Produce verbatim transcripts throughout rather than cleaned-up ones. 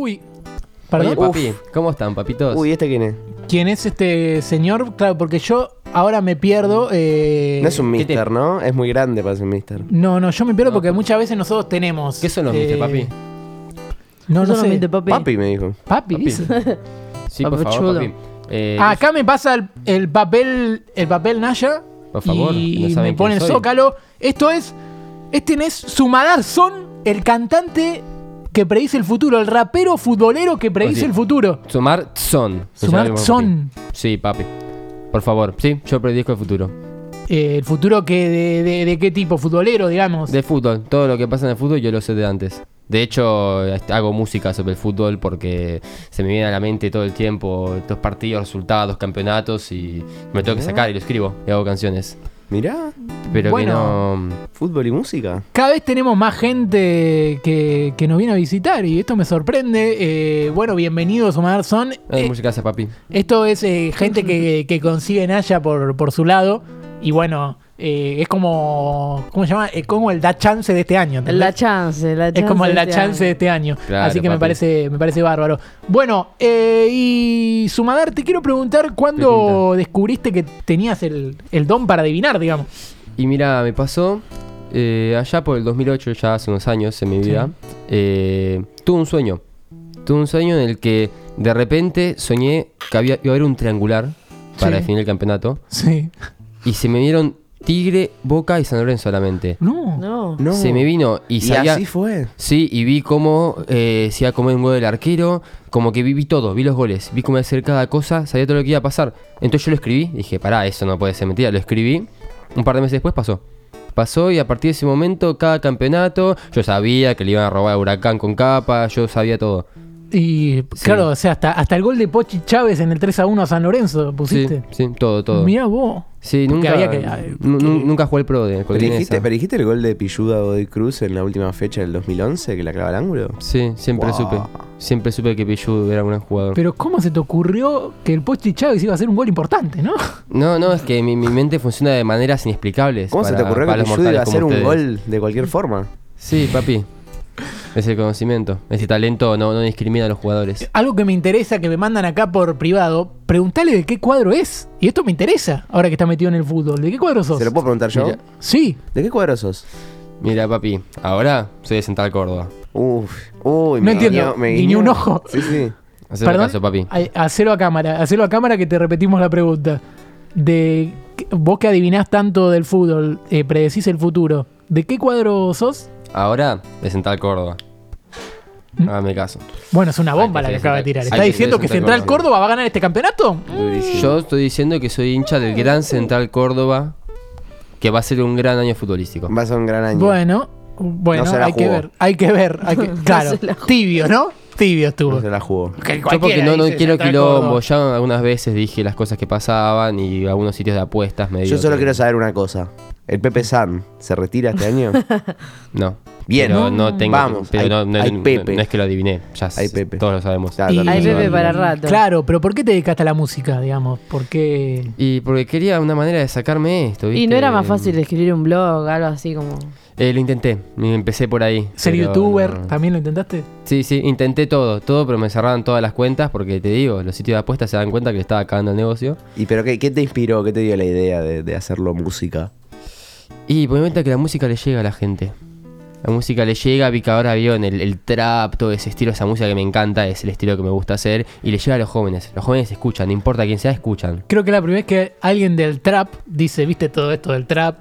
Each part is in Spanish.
Uy, perdón. Oye, papi, ¿cómo están, papitos? Uy, ¿este quién es? ¿Quién es este señor? Claro, porque yo ahora me pierdo. Eh... No es un ¿qué te- mister, ¿no? Es muy grande para ser un mister. No, no, yo me pierdo No, porque pero- muchas veces nosotros tenemos. ¿Qué son los eh, mister, papi? No, no sé. solamente papi. Papi me dijo. Papi, Papi. dice. Sí, por Papi favor, chulo. papi. Eh, Ah, acá me pasa el, el papel el papel Naya. Por favor, y no saben me pone el quién soy. Zócalo. Esto es. Este es Sumadar Son, el cantante que predice el futuro, el rapero futbolero que predice Oye, el futuro. Sumar Son. Se Sumar llama, papi. Son. Sí, papi. Por favor, sí, yo predizco el futuro. Eh, el futuro que de, de- de qué tipo, futbolero, digamos. De fútbol, todo lo que pasa en el fútbol yo lo sé de antes. De hecho, este, hago música sobre el fútbol porque se me viene a la mente todo el tiempo los partidos, resultados, campeonatos y me tengo que sacar y lo escribo y hago canciones. Mirá, Pero Bueno. que no... fútbol y música. Cada vez tenemos más gente que, que nos viene a visitar y esto me sorprende. Eh, bueno, bienvenidos a Sumadar Son. Hay Eh, música hace papi. Esto es eh, gente que, que consigue Naya por, por su lado. Y bueno, eh, es como. ¿Cómo se llama? Es como el da chance de este año. ¿entendés? La chance, la chance. Es como el de da este chance de año. este año. Claro, Así que me papi. parece, me parece bárbaro. Bueno, eh, y Sumadar, te quiero preguntar cuándo Pregunta. descubriste que tenías el, el don para adivinar, digamos. Y mira, me pasó eh, allá por el dos mil ocho, ya hace unos años en mi vida. eh, tuve un sueño. Tuve un sueño en el que de repente soñé que había, iba a haber un triangular para Sí. definir el campeonato. Sí. Y se me vieron Tigre, Boca y San Lorenzo solamente. No. No. No. Se me vino y, Y sabía... así fue. Sí, y vi cómo eh, se iba a comer un gol del arquero, como que vi, vi todo, vi los goles, vi cómo iba a hacer cada cosa, sabía todo lo que iba a pasar. Entonces yo lo escribí, dije, pará, eso no puede ser mentira, lo escribí, un par de meses después pasó. Pasó y a partir de ese momento, cada campeonato, yo sabía que le iban a robar a Huracán con capa, yo sabía todo. Y Sí. claro, o sea, hasta, hasta el gol de Pochi Chávez en el tres a uno a San Lorenzo Sí, pusiste. sí, todo, todo. Mirá vos. Sí, Porque nunca, había que- nu- nu- nunca jugué el pro de ¿Pero Colina dijiste, esa. pero dijiste el gol de Pilluda Godoy Cruz en la última fecha del dos mil once que la clava al ángulo? Sí, siempre Wow. supe. Siempre supe que Pichu era un gran jugador. Pero ¿cómo se te ocurrió que el Pochi Chávez iba a hacer un gol importante, no? No, no, es que mi, mi mente funciona de maneras inexplicables. ¿Cómo se para- te ocurrió para que los Pilluda iba a mortales hacer como un ustedes. gol de cualquier forma? Sí, papi. Es el conocimiento. Ese talento no, no discrimina a los jugadores. Algo que me interesa, que me mandan acá por privado, preguntale de qué cuadro es. Y esto me interesa, ahora que está metido en el fútbol. ¿De qué cuadro sos? ¿Se lo puedo preguntar yo? Mira. Sí. ¿De qué cuadro sos? Mira, papi, ahora soy de Central Córdoba. Uf, uy, No me entiendo, guiñó- me ni guiñó. un ojo. Sí, sí. Haceme Perdón. caso, papi. Ay, Hacelo a cámara, hacelo a cámara que te repetimos la pregunta. De vos que adivinás tanto del fútbol, eh, predecís el futuro. ¿De qué cuadro sos? Ahora de Central Córdoba. ¿Mm? Hágame caso. Bueno, es una bomba Hay la que que ser acaba de Central- tirar. hay ¿Está que ser diciendo que Central Central Córdoba. Córdoba va a ganar este campeonato? Durísimo. Yo estoy diciendo que soy hincha del gran Central Córdoba, que va a ser un gran año futbolístico. Va a ser un gran año. Bueno, bueno, No se la hay que jugó. ver, hay que ver. Hay que, claro, se la jugó. tibio, ¿no? Tibio estuvo. No se la jugó. Que Yo porque cualquiera no, no dice quiero Central quilombo. Córdoba. Ya algunas veces dije las cosas que pasaban y algunos sitios de apuestas me Yo solo quiero saber una cosa. ¿El Pepe San se retira este año? No. Bien. Pero no tengo. Vamos, pero hay- no, no- hay no- Pepe. no es que lo adiviné. Ya Hay s- Pepe. todos lo sabemos. Claro, Y- también Hay se lo Pepe adiviné. para rato. Claro, pero ¿por qué te dedicaste a la música, digamos? ¿Por qué? Y porque quería una manera de sacarme esto, ¿viste? Y no era más fácil escribir un blog, algo así como. Eh, lo intenté, y empecé por ahí. ¿Ser pero youtuber? no. ¿También lo intentaste? Sí, sí, intenté todo, todo, pero me cerraban todas las cuentas porque te digo, los sitios de apuestas se dan cuenta que le estaba acabando el negocio. ¿Y pero qué, qué te inspiró? ¿Qué te dio la idea de, de hacerlo música? Y por mi cuenta que la música le llega a la gente. La música le llega, vi que ahora vieron el, el trap, todo ese estilo, esa música que me encanta, es el estilo que me gusta hacer, y le llega a los jóvenes. Los jóvenes escuchan, no importa quién sea, escuchan. Creo que la primera vez que alguien del trap dice, viste todo esto del trap,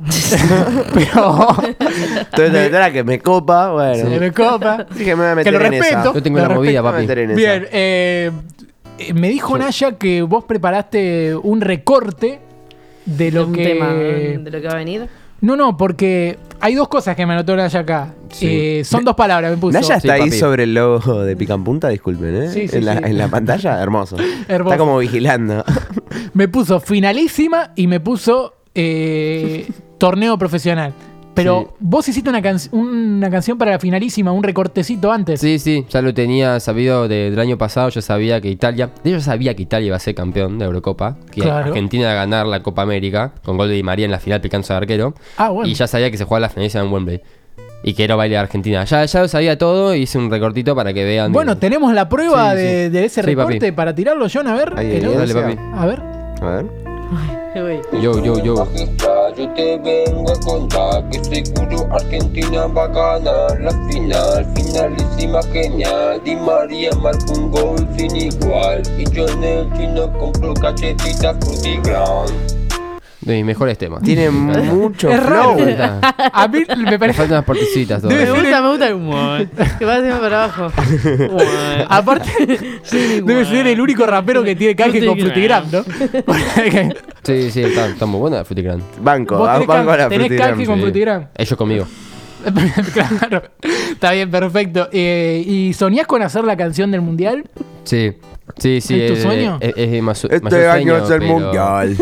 pero Entonces, de verdad que me copa, bueno. se me copa. Dije, me voy a Que meter lo en respeto. esa. Yo tengo Lo una movida, respeto. Me voy a papi. meter en esa. Bien, eh, eh, me dijo Naya que vos preparaste un recorte de lo un que... tema de lo que va a venir. No, no, porque hay dos cosas que me anotó Naya acá. Sí. Eh, son dos palabras, me puso. Naya Sí, está ahí papi. sobre el logo de Pica en Punta, disculpen, ¿eh? Sí, sí, en, la, sí. en la pantalla, hermoso. Hermoso. Está como vigilando. Me puso finalísima y me puso eh, torneo profesional. Pero Sí. vos hiciste una, can- una canción para la finalísima, un recortecito antes. Sí, sí, ya lo tenía sabido de- del año pasado, yo sabía que Italia, de hecho yo sabía que Italia iba a ser campeón de Eurocopa, que Claro. Argentina iba a ganar la Copa América, con gol de Di María en la final picándose al arquero, Ah, bueno. y ya sabía que se jugaba la finalísima en Wembley. y quiero bailar Argentina. Ya, ya lo sabía todo, hice un recortito para que vean. Bueno, digo, tenemos la prueba Sí, sí. de, de ese Sí, recorte papi. para tirarlo, John, a ver. Ahí, el ahí, otro. dale, ahí, papi. A ver. A ver. Uy. Yo, yo, yo. Yo te vengo a contar que seguro Argentina va a ganar la final, finalísima genial. Di María marcó un gol sin igual y John el chino compró cachetitas Fruity Ground. De mis mejores temas. Tiene mucho Es raro. flow. Falta- A mí me Me parece. faltan las partecitas Debe Me todavía. ser gusta, me gusta el humor. Que va encima para abajo. Aparte, debe ser el único rapero que tiene canje con Frutigram, ¿no? Porque Sí, sí, está, está muy buena la Fruity Grand. Banco, vos tenés, banco a can- la tenés Frutigram. canje con Sí. Frutigram. Ellos conmigo. Claro. Está bien, perfecto. Eh, ¿Y soñás con hacer la canción del mundial? Sí, sí, sí. ¿Es tu sueño? Es, es mi masu- Este mayor año sueño, es el pero- mundial.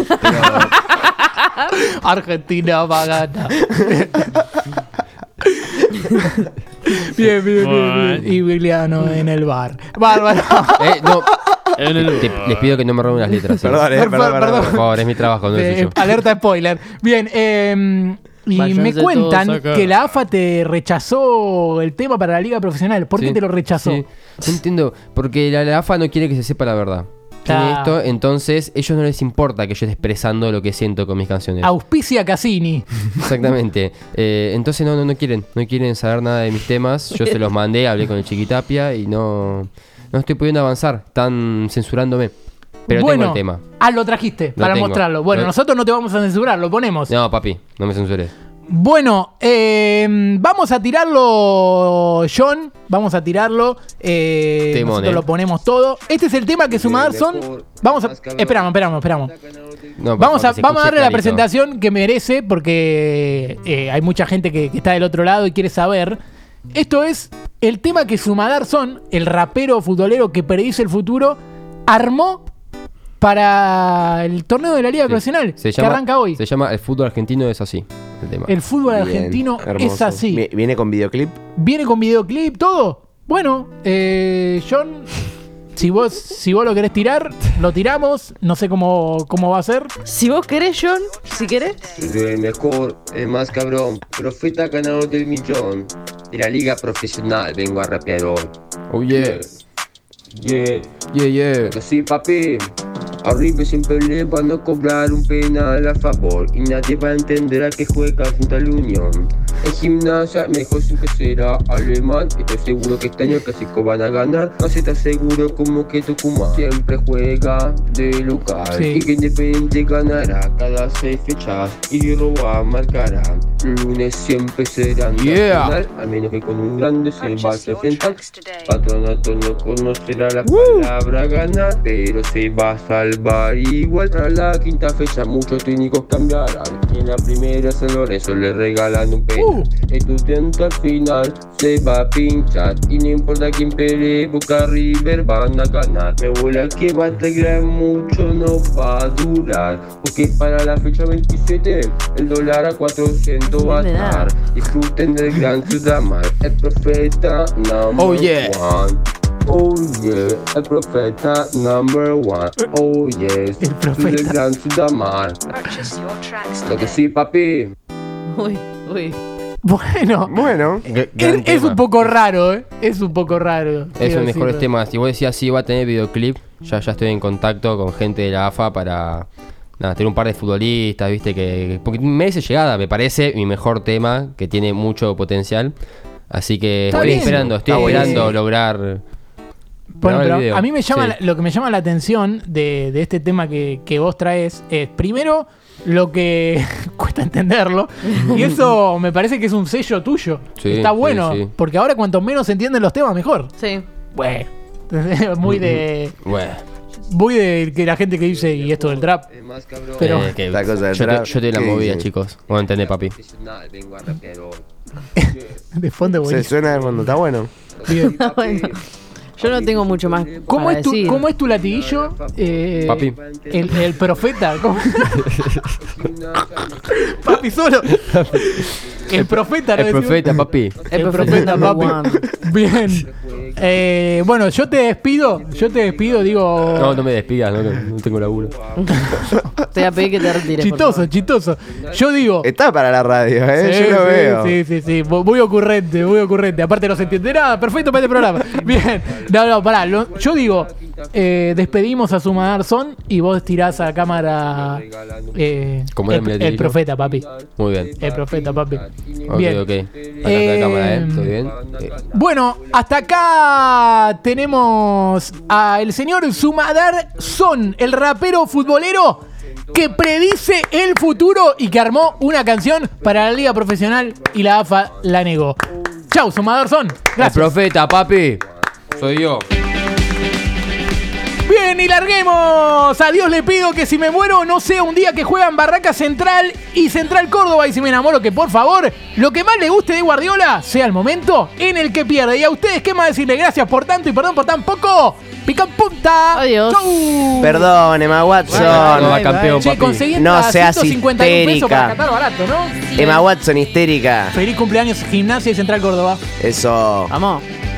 Argentina va a ganar. Bien, bien, bien, bien. Y Emiliano en el bar. Bárbaro. Eh, no. Te- les pido que no me roben las letras. ¿sí? Perdón, eh, Por perdón, favor, perdón. Por favor, es mi trabajo, no es Eh, suyo. alerta spoiler. Bien, eh, y Váyanse me cuentan todos acá. que la A F A te rechazó el tema para la liga profesional. ¿Por qué Sí, te lo rechazó? sí. No entiendo, porque la, la A F A no quiere que se sepa la verdad. Tiene Ah. esto, entonces ellos no les importa que yo esté expresando lo que siento con mis canciones. Auspicia Cassini. Exactamente. Eh, entonces no, no, no quieren, no quieren saber nada de mis temas. Yo se los mandé, hablé con el Chiquitapia y no, no estoy pudiendo avanzar. Están censurándome. Pero bueno, tengo el tema. Ah, lo trajiste Lo para tengo. mostrarlo. Bueno, Lo- nosotros no te vamos a censurar, lo ponemos. No, papi, no me censures. Bueno, eh, vamos a tirarlo, John. Vamos a tirarlo. Eh, Temón, nosotros eh. lo ponemos todo. Este es el tema que Sumadar son. Vamos a. Esperamos, esperamos, esperamos. No, por Vamos a, favor, que se vamos a escuche darle la clarito. presentación que merece porque eh, hay mucha gente que, que está del otro lado y quiere saber. Esto es el tema que Sumadar son, el rapero futbolero que predice el futuro, armó para el torneo de la Liga Sí. Profesional Se que llama, arranca hoy. Se llama El fútbol argentino es así. El tema. El fútbol Bien, argentino hermoso. es así. Vi- ¿Viene con videoclip? Viene con videoclip, todo. Bueno, eh, John, si vos, si vos lo querés tirar, lo tiramos. No sé cómo, cómo va a ser. Si vos querés, John, si querés. Soy el mejor, el más cabrón, profeta ganador del millón. De la liga profesional vengo a rapear hoy. Oh yeah. Yeah. Yeah, yeah. Pero sí, papi. Arriba siempre le van a cobrar un penal a favor y nadie va a entender a que juega junto al Unión. En gimnasia mejor su que será alemán. Estoy seguro que este año el clásico van a ganar. Casi tan seguro como que Tucumán siempre juega de local. Sí. Y que Independiente ganará cada seis fechas y Roa marcará. Lunes siempre serán Yeah. nacional, a menos que con un grande se va a enfrentar. Patronato no conocerá la palabra ganar, pero se va a salvar igual. Tras la quinta fecha muchos técnicos cambiarán. Y en la primera San Lorenzo le regalan un penal. Uh. Estudiante al final se va a pinchar. Y no importa quién pelee, Boca River van a ganar. Me vuela que va a alegrar mucho, no va a durar. Porque para la fecha veintisiete el dólar a cuatrocientos va a Bien, estar. Disfruten del gran Sudamar, el profeta number Oh, yeah. one. Oh yeah, el profeta number one. Oh yes, El profeta. del gran Sudamar. Lo que sí, papi. Uy, uy. Bueno, Bueno, G- es, gran es tema. un poco raro, ¿eh? Es un poco raro. Es quiero los mejores decirlo. temas. Si vos decías sí, va a tener videoclip, ya, ya estoy en contacto con gente de la A F A para nada, tener un par de futbolistas, viste, que. Porque merece llegada, me parece mi mejor tema, que tiene mucho potencial. Así que Está estoy bien. esperando, estoy Está esperando buenísimo. lograr. Bueno, grabar el pero video. a mí me llama Sí. la- lo que me llama la atención de, de este tema que, que vos traes es, primero, lo que cuesta entenderlo, y eso me parece que es un sello tuyo. Sí, Está sí, bueno, sí. porque ahora cuanto menos se entienden los temas, mejor. Sí. Bueno, muy de Bueno, muy de que la gente que dice, y esto del trap. El más cabrón. Pero- eh, que La cosa del yo, te, trap, yo te doy la ¿qué movida, dice? chicos. Vos entendés, papi. Profesional, vengo a rapear hoy. De fondo, se buenísimo. suena de fondo, está bueno. Bien. Bueno. Yo no tengo mucho más ¿Cómo para es, tu, decir. ¿Cómo es tu latiguillo? Eh, Papi. El, el profeta. ¿cómo? Papi solo. El profeta, ¿no? El decimos? profeta, papi. El El profeta profeta, number papi. one. Bien. Eh, bueno, yo te despido. Yo te despido, digo. No, no me despidas, no, no, no tengo laburo. Te voy a pedir que te retires. por Chistoso, favor. chistoso. Yo digo. Está para la radio, ¿eh? Sí, Yo lo sí, veo. Sí, sí, sí. Muy ocurrente, muy ocurrente. Aparte no se entiende nada. Perfecto para este programa. Bien. No, no, pará. Lo- yo digo, eh, despedimos a Sumadarzón y vos tirás a cámara eh, ¿Cómo era el, mi el latiguillo? profeta, papi. Muy bien. El profeta, papi. Ok, Bien. ok. Acá está la cámara, ¿eh? ¿Todo bien? Eh, Bueno, hasta acá tenemos al señor Sumadar Son, el rapero futbolero que predice el futuro y que armó una canción para la liga profesional y la A F A la negó. Chau, Sumadar Son. El Gracias. profeta, papi. Soy yo. Bien, y larguemos. A Dios le pido que si me muero no sea un día que juegan Barraca Central y Central Córdoba. Y si me enamoro, que por favor, lo que más le guste de Guardiola sea el momento en el que pierde. Y a ustedes, ¿qué más decirle? Gracias por tanto y perdón por tan poco. Pican punta. Adiós. Chau. Perdón, Emma No Watson. va campeón, Che, papi. conseguí No entradas seas ciento cincuenta y un pesos histérica. para Qatar barato, ¿no? Emma Watson histérica. Feliz cumpleaños, Gimnasia y Central Córdoba. Eso. Vamos.